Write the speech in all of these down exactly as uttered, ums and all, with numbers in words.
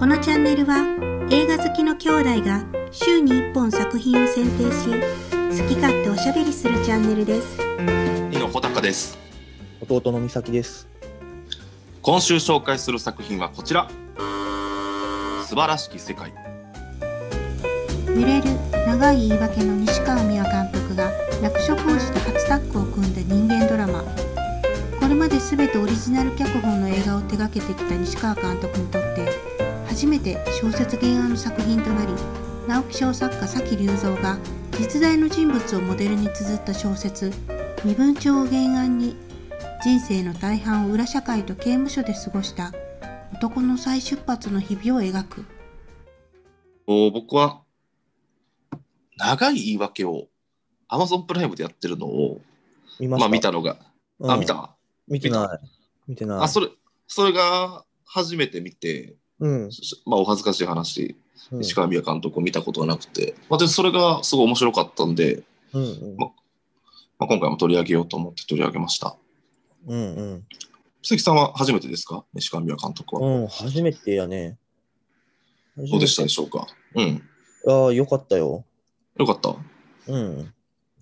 このチャンネルは映画好きの兄弟が週にいっぽん作品を選定し、好き勝手おしゃべりするチャンネルです。 井野穂高です。 弟の美咲です。 今週紹介する作品はこちら、素晴らしき世界。 揺れる長い言い訳の西川美和監督が役所広司と初タッグを組んだ人間ドラマ。これまで全てオリジナル脚本の映画を手掛けてきた西川監督にとって初めて小説原案の作品となり、直木賞作家崎龍三が実在の人物をモデルに綴った小説身分帳を原案に、人生の大半を裏社会と刑務所で過ごした男の再出発の日々を描く。 僕は長い言い訳を Amazon プライムでやってるのを見ました。 まあ見たのが、うん、あ見た見てない見てないあそれそれが初めて見て、 うん、 まあお恥ずかしい話、 うん、 石川美和監督を見たことがなくて、まあ、でそれがすごい面白かったんで、 うんうんままあ、今回も取り上げようと思って取り上げました。 うんうん。 関さんは初めてですか、石川美和監督は。 うん、初めてやね。 どうでしたでしょうか。うん。 ああ、よかったよ。 よかった。 うん。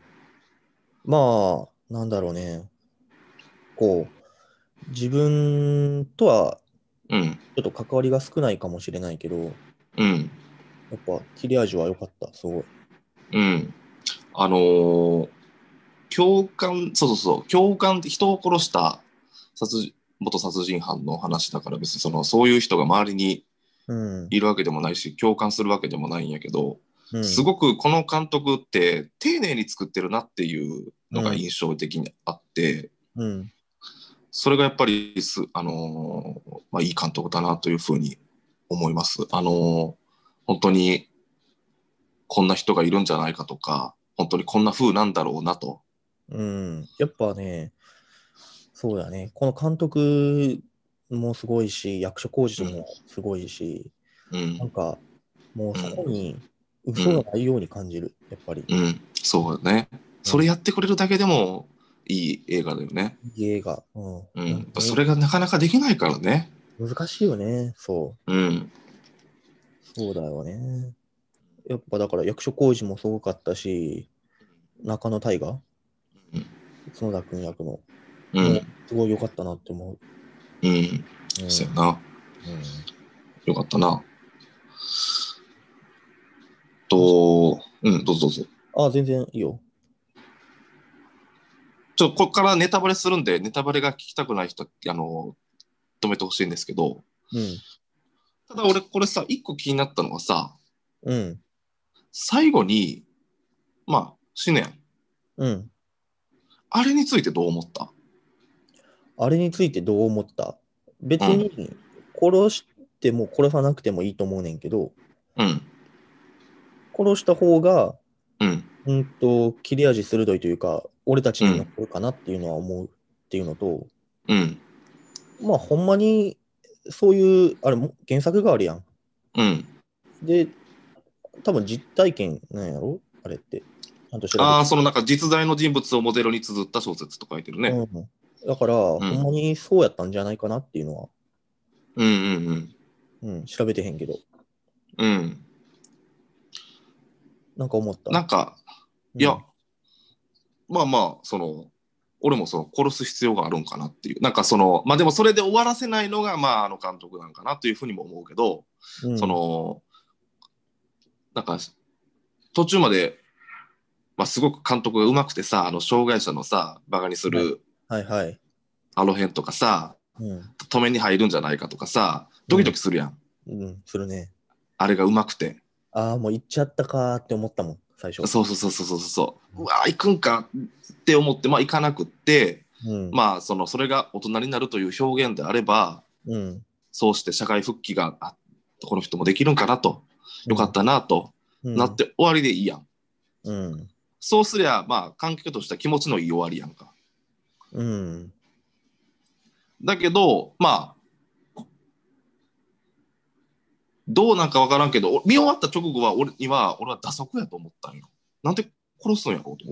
まあ、なんだろうね。こう、自分とはうん。 ちょっと関わりが少ないかもしれないけど、 うん。 やっぱ切れ味は良かった、すごい。 うん。あのー、共感、そうそうそう、共感って人を殺した殺元殺人犯の話だから、別にそのそういう人が周りにいるわけでもないし、うん、共感するわけでもないんやけど、うん、すごくこの監督って丁寧に作ってるなっていうのが印象的にあって、 うん、 それがやっぱりす、あのーまあ、いい監督だなというふうに思います。あのー、本当にこんな人がいるんじゃないかとか、本当にこんな風なんだろうなと。 うん、やっぱね、そうだね、この監督もすごいし、役所広司もすごいし、うん、なんかもうそこに嘘がないように感じる、うん、やっぱり。 うん、そうだね。それやってくれるだけでもいい映画だよね。 いい映画。うん。 うん、それがなかなかできないからね。 難しいよね、そう。 うん。 そうだよね。やっぱだから役所広司もすごかったし、中野大河、うん、角田君役の、うん、もうすごい良かったなって思う。 うん。うん、そうやな。うん。よかったな。と、うん、どうぞどうぞ。 あ、全然いいよ。 ちょっとここからネタバレするんで、ネタバレが聞きたくない人、あの、止めてほしいんですけど、 うん、 ただ俺これさ、一個気になったのはさ、 うん、 最後に、まあ、死ぬやん。 うん。あれについてどう思った？ あれについてどう思った？別に殺しても殺さなくてもいいと思うねんけど、 うん、 殺した方が、 うん、 うんと切れ味鋭いというか、俺たちに残るかなっていうのは思うっていうのと、 うん、 まあほんまにそういうあれも原作があるやん。 うん。 で、多分実体験なんやろあれって。ちゃんと調べて。 ああ、そのなんか実在の人物をモデルに綴った小説と書いてるね。 うん、だから、うん、ほんまにそうやったんじゃないかなっていうのは。 うんうんうん。うん、調べてへんけど。 うん。 なんか思った。 なんか、いや、うん、まあまあ、その、俺もその殺す必要があるんかなっていう。なんかその、まあでもそれで終わらせないのが、まああの監督なんかなというふうにも思うけど、うん、その、なんか、途中まで、まあ、すごく監督がうまくてさ、あの障害者のさ、バカにする、 はい、はいはい、 あの辺とかさ、うん、止めに入るんじゃないかとかさ、ドキドキするやん。 うん、うん、するね。 あれがうまくて。 ああ、もう行っちゃったかって思ったもん、最初。 そうそうそうそうそうそう。うわ、行くんかって思って、まあ行かなくって、うん、まあその、それが大人になるという表現であれば、うん、そうして社会復帰が、あ、この人もできるんかなと、よかったなと、うん、なって終わりでいいやん。うん、そうすりゃ、まあ観客としては気持ちのいい終わりやんか。うん、だけど、まあ、どうなんかわからんけど、見終わった直後は俺には、俺は打足やと思ったんよ。なんで殺すんやろうと思って。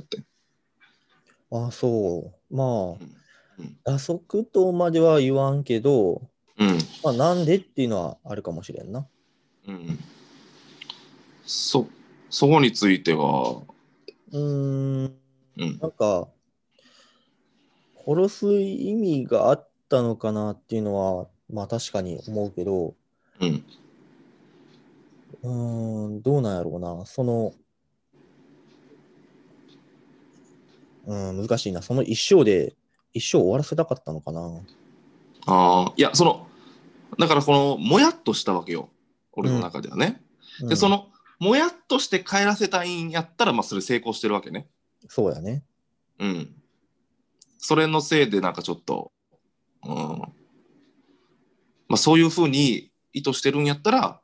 ああ、そう。まあ、うんうん、打足とまでは言わんけど、 うん。 まあ、なんでっていうのはあるかもしれんな。 うん。そ、そこについては、 うーん、 うん。 なんか、殺す意味があったのかなっていうのは、まあ確かに思うけど、 うん。 うーん、どうなんやろうな。その、うん、難しいな。その一生で、一生終わらせたかったのかな。 ああ、いや、その、だからこの、もやっとしたわけよ。俺のうん、 中ではね。で、そうん、 の、もやっとして帰らせたいんやったら、まあ、それ成功してるわけね。 そうやね。 うん。それのせいで、なんかちょっと、うん。まあ、そういうふうに意図してるんやったら、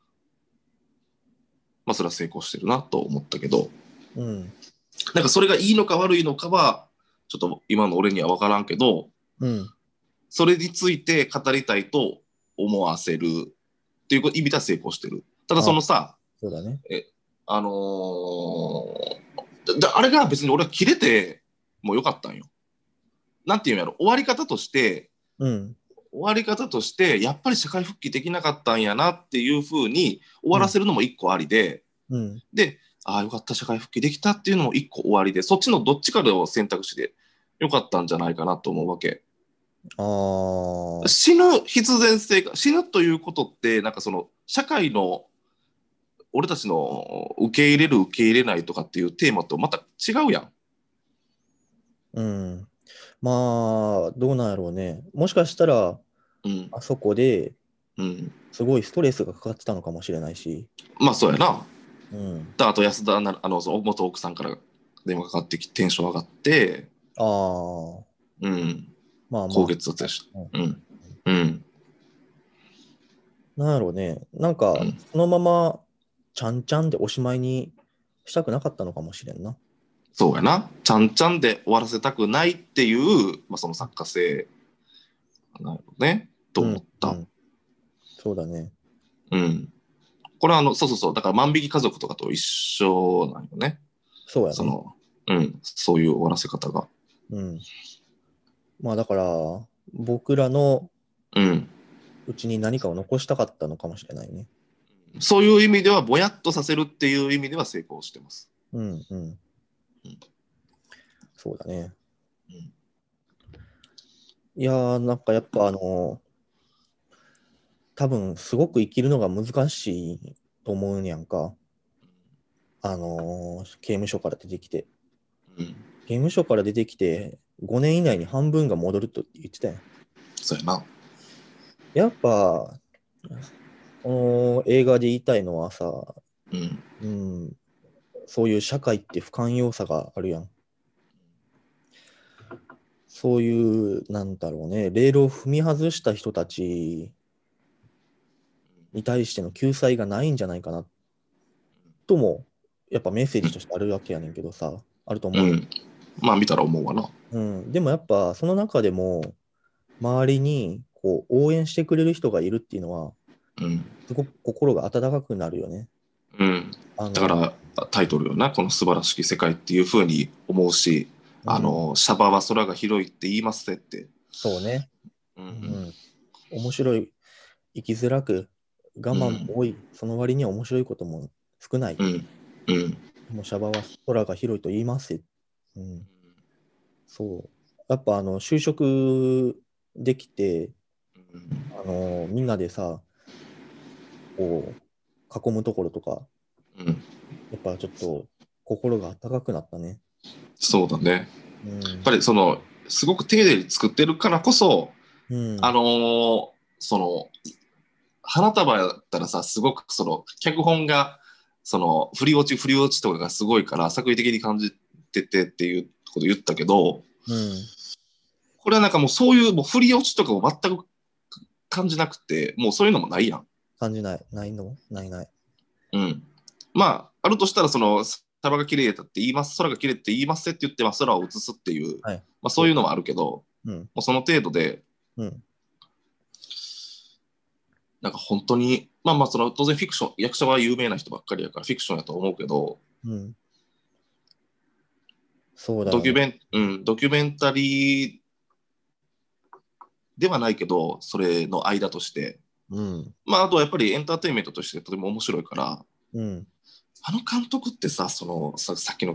まあ、それは成功してるなと思ったけど、 うん、 なんかそれがいいのか悪いのかは、ちょっと今の俺には分からんけど、 うん、 それについて語りたいと思わせるっていう意味では成功してる。ただそあ、 のさ、 そうだね。 え、あのー、あれが別に俺は切れてもよかったんよ。なんていうんやろ、終わり方として、 うん、 終わり方として、やっぱり社会復帰できなかったんやなっていうふうに終わうん、 らせるのも一個ありで、 うん。 で、ああ、よかった、社会復帰できたっていうのも一個終わりで、そっちのどっちかを選択肢でよかったんじゃないかなと思うわけ。 ああ、 死ぬ必然性が、死ぬということって、なんかその、社会の、俺たちの受け入れる、受け入れないとかっていうテーマとまた違うやん。 うん。まあ、どうなんやろうね。もしかしたら、 うん。 あそこでうん。 すごいストレスがかかってたのかもしれないし。 まあ、そうやな。 うん。 あと、安田な、あの、元奥さんから電話かかってきて、テンション上がって、 ああ、 うん。 まあま高あ。 血圧やし。 うん、 うん。うん。 なんやろうね。なんか、 うん。 そのまま、ちゃんちゃんでおしまいにしたくなかったのかもしれんな。 そうやな。ちゃんちゃんで終わらせたくないっていう、まあ、その作家性なのね、とうん、 思った。 うん。そうだね。 うん。これはあの、そうそうそう、だから万引き家族とかと一緒なんよね。 そうやね。 その、うん、そういう終わらせ方が。 うん。まあだから、僕らのうん。 うちに何かを残したかったのかもしれないね。 そういう意味では、ぼやっとさせるっていう意味では成功してます。 うん、うん。 うん。 そうだね。 うん。 いやー、なんかやっぱあの多分すごく生きるのが難しいと思うんやんか。あのー刑務所から出てきて。 うん。 刑務所から出てきてごねん以内に半分が戻ると言ってたやん。 そうやな。 やっぱ、この映画で言いたいのはさ、 うん。 うん、そういう社会って不寛容さがあるやん。そういう、なんだろうね、レールを踏み外した人たちに対しての救済がないんじゃないかなとも、やっぱメッセージとしてあるわけやねんけどさ、あると思うよ。 うん。まあ見たら思うわな。 うん、でもやっぱその中でも周りにこう応援してくれる人がいるっていうのはうん。 すごく心が温かくなるよね。 うん。 あの、 だからタイトルよな、この素晴らしき世界っていうふうに思うし、 うん、 あの、シャバは空が広いって言いますって。 そうね、 う。 うんん、面白い、生きづらく、我慢も多い、その割には面白いことも少ない。 うん。うん。 もうシャバは空が広いと言いますよ。うん、そう。やっぱあの就職できて、 うん。 あのみんなでさ、こう囲むところとか、 うん。 やっぱちょっと心が温かくなったね。 そうだね。 うん。 やっぱりその、すごく丁寧に作ってるからこそ、 うん。 あのーその、花束やったらさ、すごくその、脚本が、その、振り落ち、振り落ちとかがすごいから、作為的に感じててっていうこと言ったけど、 うん。 これはなんかもうそういう、もう振り落ちとかを全く感じなくて、もうそういうのもないやん。 感じない。ないのないない。 うん。まあ、あるとしたら、その、空が綺麗だって言います、空が綺麗って言いますって言って、まあ、空を映すっていう、 はい。 まあそういうのはあるけど、 うん。 もうその程度で、 うん。 なんか本当に、まあまあその当然フィクション、役者は有名な人ばっかりやからフィクションやと思うけど、 うん。そうだよね。 ドキュメン、うん、ドキュメンタリーではないけど、それの間として、 うん、 まあ、あとはやっぱりエンターテインメントとしてとても面白いから、 うん、 あの監督ってさ、そのさ、さっきの、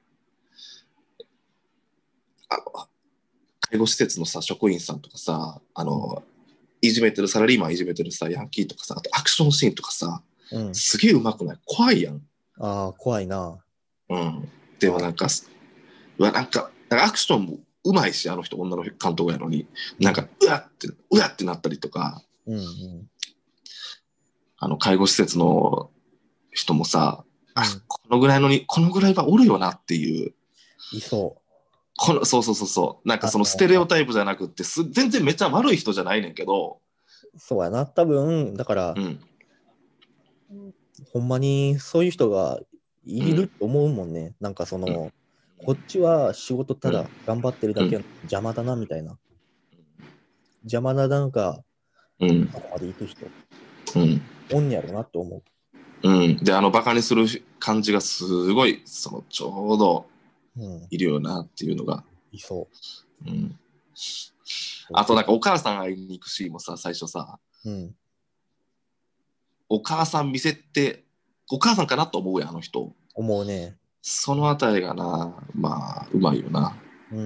あの、介護施設のさ、職員さんとかさ、あの、いじめてる、サラリーマンいじめてるさ、ヤンキーとかさ、あとアクションシーンとかさ、 うん、 すげえうまくない？怖いやん。 ああ、怖いな。 うん。でもなんか、うわ、なんか、なんかアクションもうまいし、あの人、女の監督やのに、なんか、うわって、うわってなったりとか、 うん、うん、 あの、介護施設の人もさ、あ、 うん、 このぐらいのに、このぐらいはおるよなっていう、 いそう。 この、そうそうそうそう、なんかあそのステレオの、 タイプじゃなくってす、全然めっちゃ悪い人じゃないねんけど、 そうやな。多分、だから、 うん、 ほんまにそういう人がいるうん、 と思うもんね。なんかそうん、 の、こっちは仕事たうん、 だ頑張ってるうん、 だけの邪魔だなみたいな。邪魔だなんか、 うん、 ここまで行く人、 うん、 おんねやろなって思うん。で、あの、バカにする感じがすごい、その、ちょうどう。うん、 いるよなっていうのが、 いそうん。 う。 あとなんかお母さん会いに行くシーンもさ、最初さ、 うん、 お母さん見せて、お母さんかなと思うやん、あの人。 思うね。 そのあたりがな、まあ、うまいよな。 うん、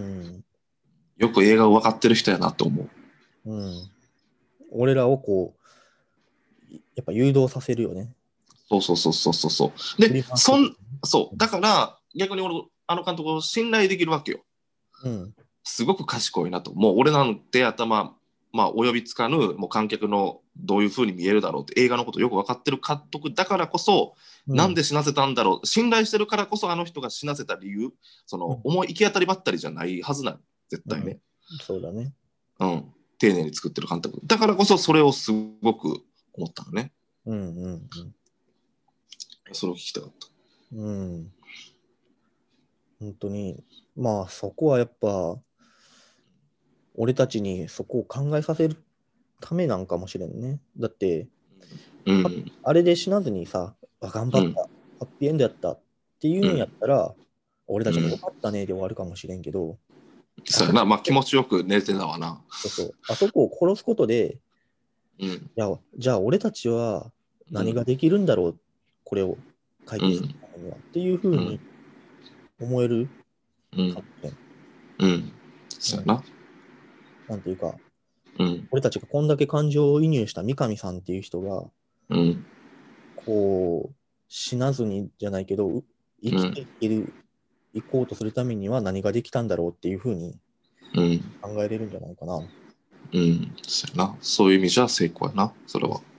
よく映画を分かってる人やなと思う。 うん。俺らをこう、やっぱ誘導させるよね。 そうそうそうそうそうそう。で、 振り回してくるそん、そう。だから、逆に俺、あの監督を信頼できるわけよ。 うん、 すごく賢いなと。もう俺なんて頭、まあ、及びつかぬ、もう観客のどういう風に見えるだろうって映画のことよく分かってる監督だからこそ、 うん、 なんで死なせたんだろう。信頼してるからこそあの人が死なせた理由、その、 うん、 思い行き当たりばったりじゃないはずなの。絶うん、 対ね。 そうだね。 うん。丁寧に作ってる監督。だからこそそれをすごく思ったのね。 うん、うん、 それを聞きたかった。 うん。うん。本当に、まあそこはやっぱ、俺たちにそこを考えさせるためなんかもしれんね。だって、あうん。 あれで死なずにさ、あ頑張った、 うん。 ハッピーエンドやったっていうんやっうん。 たら、俺たちもようん。 かったねで終わるかもしれんけど、あそこ、 そうやな。まあ気持ちよく寝てたわな。 そうそう、あそこを殺すことで、 うん。 いや、じゃあ俺たちは何がうん。 できるんだろう、これを解決するうん。 ためにはっていうふうにうん。 思えるうん。 かもしれん。 うん。そうやな。 なんていうか、 うん。 俺たちがこんだけ感情移入した三上さんっていう人が、 うん。 こう、死なずにじゃないけど、う生きていける、行こうとするためには何ができたんだろうっていうふうにうん。 考えれるんじゃないかな。 うん。そうやな。そういう意味じゃ成功やな。それは。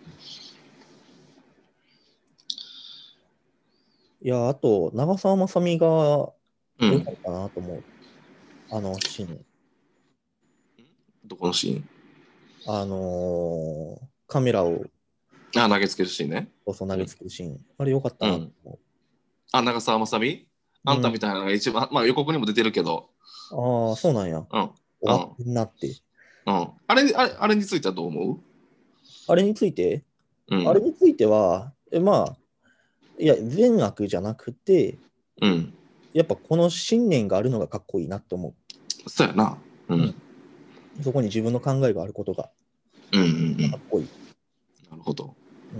いや、あと、長澤まさみがうん。 良かったなと思う。あのシーン。 どこのシーン？ あのーカメラをあ、投げつけるシーンね。 投げつけるシーン。あれ良かったなと思あ、長澤まさみう。 あんたうん。 みたいなのが一番、まあ予告にも出てるけど、 ああ、そうなんや。 うん。うん。 終わってんなって。 うん。あれ、あれ、あれについてはどう思う？ あれについて、 うん。 あれについては、えまあ、いや、善悪じゃなくて、 うん。 やっぱこの信念があるのがかっこいいなって思そうやな。うう。うん。 ん。 そこに自分の考えがあることがうんうんうん。 かっこいい。 なるほど。 うん。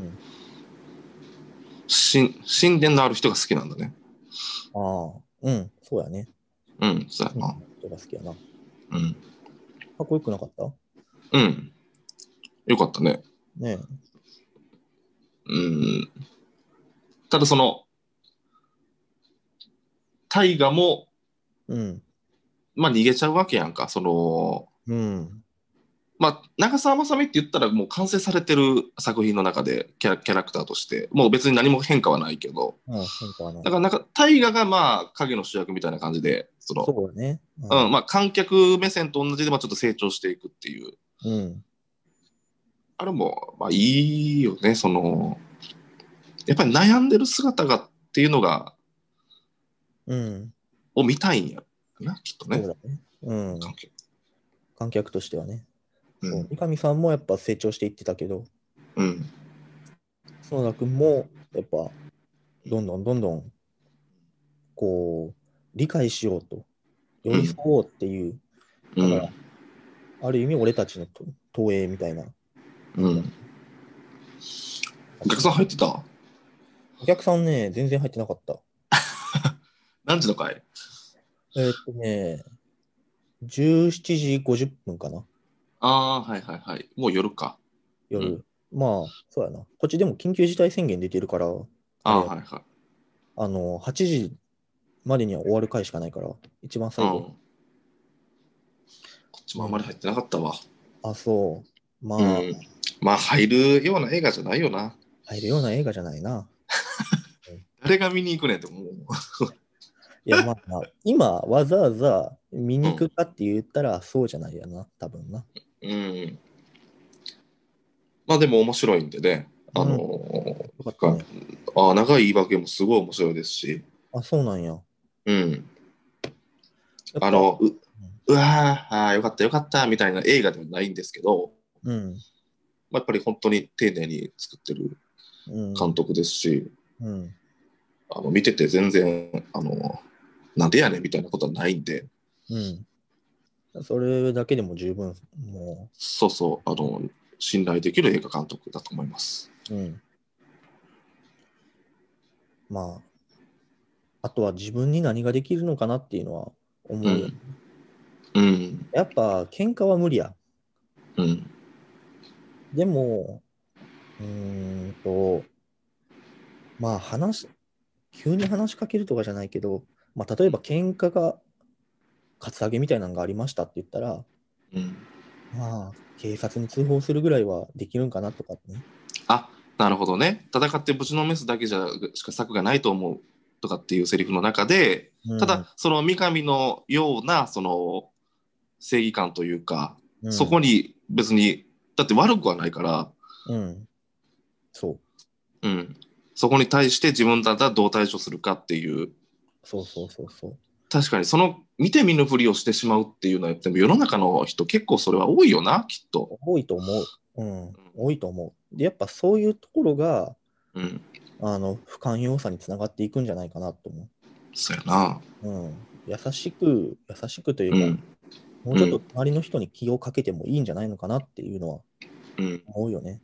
し信念のある人が好きなんだね。 ああ、うん、そうやね。 うん、そうやうん、 な。 人が好きやな。かうん。 っこよくなかったうん。よかったね。 ねうん。ただその、大河も、 え。うん。 まあ逃げちゃうわけやんか。その、 うん。 まあ、長澤まさみって言ったらもう完成されてる作品の中でキャラキャラクターとして、もう別に何も変化はないけど、 うん、変化はない。 だからなんか大河がまあ影の主役みたいな感じで、その、 そうだね。 ううん。 ん、まあ観客目線と同じでまあちょっと成長していくっていう、 うん。 あれもまあいいよね、その、やっぱり悩んでる姿がっていうのが、 うん。 を見たいんやな、きっとね、 そうだね。うん。 観客。 観客としてはね。そう。 うん。 三上さんもやっぱ成長していってたけど、 うん。 園田君もやっぱどんどんどんどんこう理解しようと寄り添おうっていう、だからうん。 ある意味俺たちのと投影みたいな。 うん。お客さん入ってた？ お客さんね、全然入ってなかった。 何時の回？ えーっとね、じゅうしちじごじゅっぷんかな。 ああ、はいはいはい。もう夜か。 夜。 うん、 まあ、そうやな。こっちでも緊急事態宣言出てるから、 ああ、 あれ、 はいはい。 あの、はちじまでには終わる回しかないから、一番最後。 うん。こっちもあんまり入ってなかったわ。 うん、あ、そう。まあ、 うん。まあ、入るような映画じゃないよな。 入るような映画じゃないな。うん、 誰が見に行くねんって思う。 いや、まあ、まあ、今、わざわざ見に行くうん。 かって言ったら、そうじゃないやな、多分な。 うん。まあでも面白いんでね。あのうん、よかったーね。 あ長い言い訳もすごい面白いですし。 あ、そうなんや。 うん。 やっぱ、 あの、う、うわー、あーよかったよかったみたいな映画ではないんですけど、 うん、 まあ、やっぱり本当に丁寧に作ってるうん、 監督ですし、 うん、 あの見てて全然、あの、なんでやねんみたいなことはないんで、 うん。それだけでも十分、もそうそう、あの、信頼できる映画監督だと思います。 う、うん。まあ、あとは自分に何ができるのかなっていうのは思うよ。 うん。うん。 やっぱ、喧嘩は無理や。 うん。 でも、うーんと、まあ、話、急に話しかけるとかじゃないけど、まあ、例えば喧嘩が、カツアゲみたいなのがありましたって言ったら、 うん。 まあ、警察に通報するぐらいはできるんかなとかね。 あ、なるほどね。戦ってぶちのめすだけじゃしか策がないと思うとかっていうセリフの中で、たうん、 だ、その三上のような、その、正義感というか、 うん、 そこに別に、だって悪くはないから、 うん、そう、 うん、そこに対して自分だったらどう対処するかっていう、 そうそうそうそう。 確かにその見て見ぬふりをしてしまうっていうのは、でも世の中の人結構それは多いよな、きっと。 多いと思う。うん、多いと思う。で、やっぱそういうところが、 うん、 あの、不寛容さにつながっていくんじゃないかなと思そうやな。 う。うん。優しく、優しくというか、 うん、 もうちょっとうん、 隣の人に気をかけてもいいんじゃないのかなっていうのはうん。 思うよね。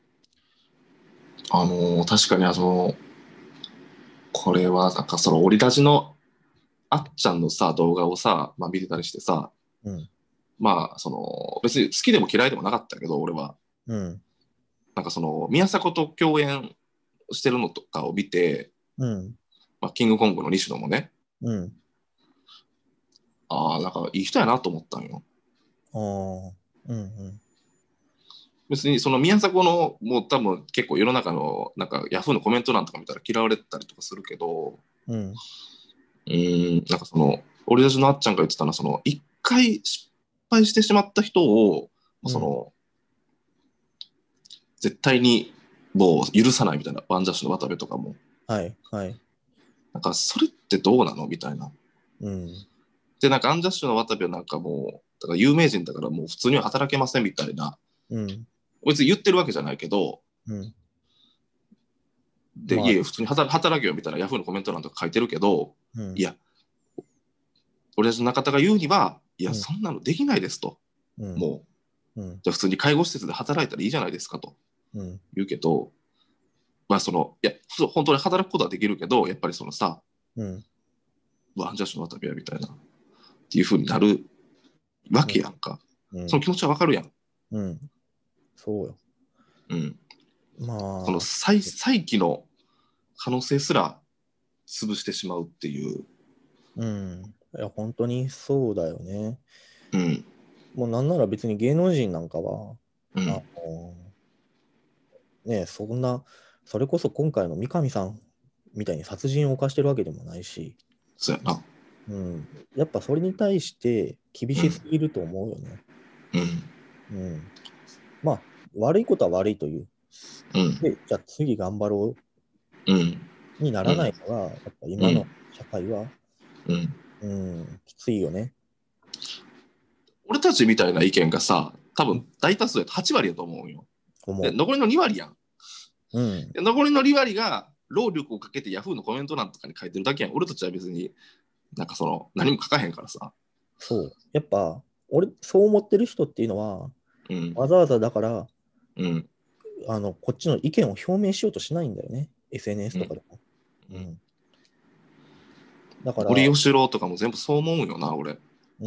あのー確かにあの、これはなんかそのオリラジのあっちゃんのさ、動画をさ、まあ見てたりしてさ、 うん。 まあその、別に好きでも嫌いでもなかったけど、俺は。 うん。 なんかその、宮迫と共演してるのとかを見て、 うん。 まあ、キングコングの西野もね、 うん。 ああ、なんかいい人やなと思ったんよ。 ああ。うん。うん。 別にその宮迫のもう多分結構世の中のなんかヤフーのコメント欄とか見たら嫌われてたりとかするけど、 うん。 うーん、なんかその、俺たちのあっちゃんが言ってたのは、その、一回失敗してしまった人を、その、絶対にもう許さないみたいな、ワンジャッシュの渡部とかも。 はい。はい。 なんか、それってどうなのみたいな。 うん。 で、なんか、アンジャッシュの渡部はなんかもう、だから有名人だからもう普通には働けませんみたいな。 うん。 別に言ってるわけじゃないけど、 うん。 で、 まあ、 いえ、普通に働働けよみたいなヤフーのコメント欄とか書いてるけど、 うん。 いや、俺たちの中田が言うには、いや、 うん。 そんなのできないですと。 うん。 もう、 うん。 じゃあ普通に介護施設で働いたらいいじゃないですかとうん。 言うけど、まあその、いや、そう本当に働くことはできるけど、やっぱりそのさ、 うん。 ワンジャッシュの渡部やみたいな、っていうふうになるわけやんか。 うん。 その気持ちはわかるやん。 うん。そうよ。 うん。そのまあ、 再再起の可能性すら潰してしまうっていう。 うん。いや、本当にそうだよね。 うん。 もうなんなら別に芸能人なんかは、あうん。 の、ね、そんな、それこそ今回の三上さんみたいに殺人を犯してるわけでもないし、 そうやな。 うん。やっぱそれに対して厳しすぎると思うよね。 うん。 うん。まあ、悪いことは悪いという。 うん。 で、じゃあ次頑張ろううん。 にならないのが、やっぱ今の社会は、 うん。 うん、きついよね。 俺たちみたいな意見がさ、多うん分大多数やはち割やと思うよ。 思う。 で残りのに割やん。 うん。 で残りのに割が労力をかけてヤフーのコメント欄とかに書いてるだけやん。俺たちは別になんかその何も書かへんからさ。 そう。やっぱ、 俺、そう思ってる人っていうのは、うん、わざわざだから、うん、あの、こっちの意見を表明しようとしないんだよね。エスエヌエス とかでも。うん。うん、 だから。堀吉郎とかも全部そう思うよな、俺。 うん。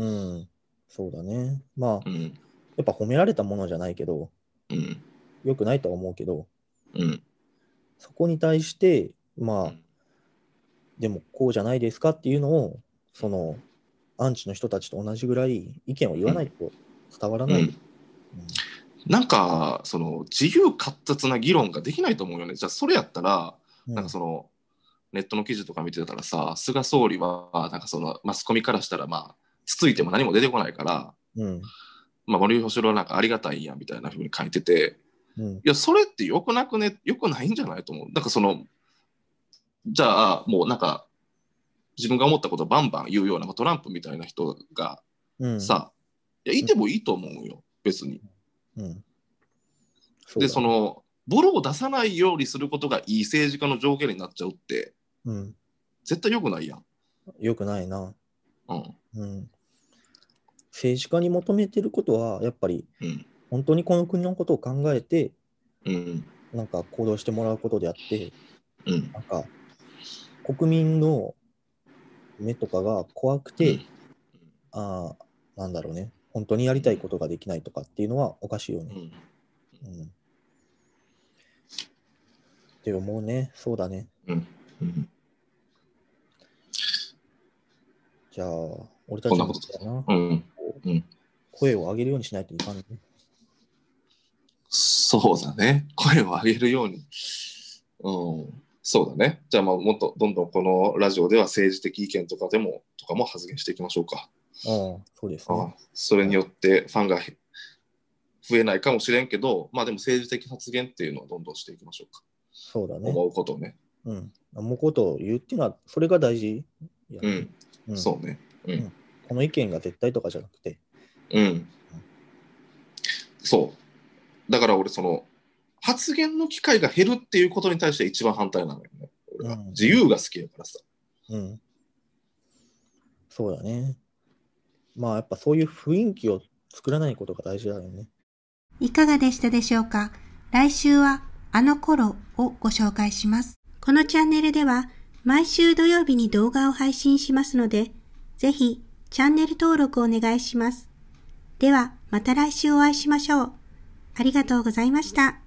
そうだね。まあ、うん、やっぱ褒められたものじゃないけど、うん、よくないとは思うけど、うん、そこに対して、まあ、うん、でもこうじゃないですかっていうのを、その、アンチの人たちと同じぐらい意見を言わないと伝わらない。うんうん、 なんか、その、自由闊達な議論ができないと思うよね。じゃあ、それやったら、うん、なんかその、ネットの記事とか見てたらさ、菅総理は、なんかその、マスコミからしたら、まあ、つついても何も出てこないから、うん、まあ、森喜朗はなんかありがたいんや、みたいな風に書いてて、うん、いや、それってよくなくね、よくないんじゃないと思う。なんかその、じゃあ、もうなんか、自分が思ったことをバンバン言うような、トランプみたいな人が、うん、さ、いや、いてもいいと思うよ、別に。うん、そで、その、ボロを出さないようにすることがいい政治家の条件になっちゃうって、うん、絶対良くないやん。 良くないな。うん。うん、政治家に求めてることは、やっぱり、うん、本当にこの国のことを考えて、うん、なんか行動してもらうことであって、うん、なんか、国民の目とかが怖くて、うん、ああ、なんだろうね、本当にやりたいことができないとかっていうのはおかしいよね。うん。うん、って思うね、そうだね。うんうん、じゃあ、俺たちもだな、うんうん、声を上げるようにしないといかんね。 そうだね、声を上げるように。うん、そうだね。じゃあ、まあ、もっとどんどんこのラジオでは政治的意見とかでも、とかも発言していきましょうか。 ああ、そうですね。 ああ、それによってファンが増えないかもしれんけど、まあでも政治的発言っていうのをどんどんしていきましょうか。 そうだね。 思うことをね。 うん。思うことを言うっていうのは、それが大事。 うん。うん、そうね、うん。 うん。この意見が絶対とかじゃなくて。 うん。うん、そう。だから俺、その、発言の機会が減るっていうことに対して一番反対なのよね。俺は、うん、自由が好きやからさ。 うん。そうだね。まあやっぱそういう雰囲気を作らないことが大事だよね。 いかがでしたでしょうか？来週はあの頃をご紹介します。このチャンネルでは毎週土曜日に動画を配信しますので、ぜひチャンネル登録お願いします。ではまた来週お会いしましょう。ありがとうございました。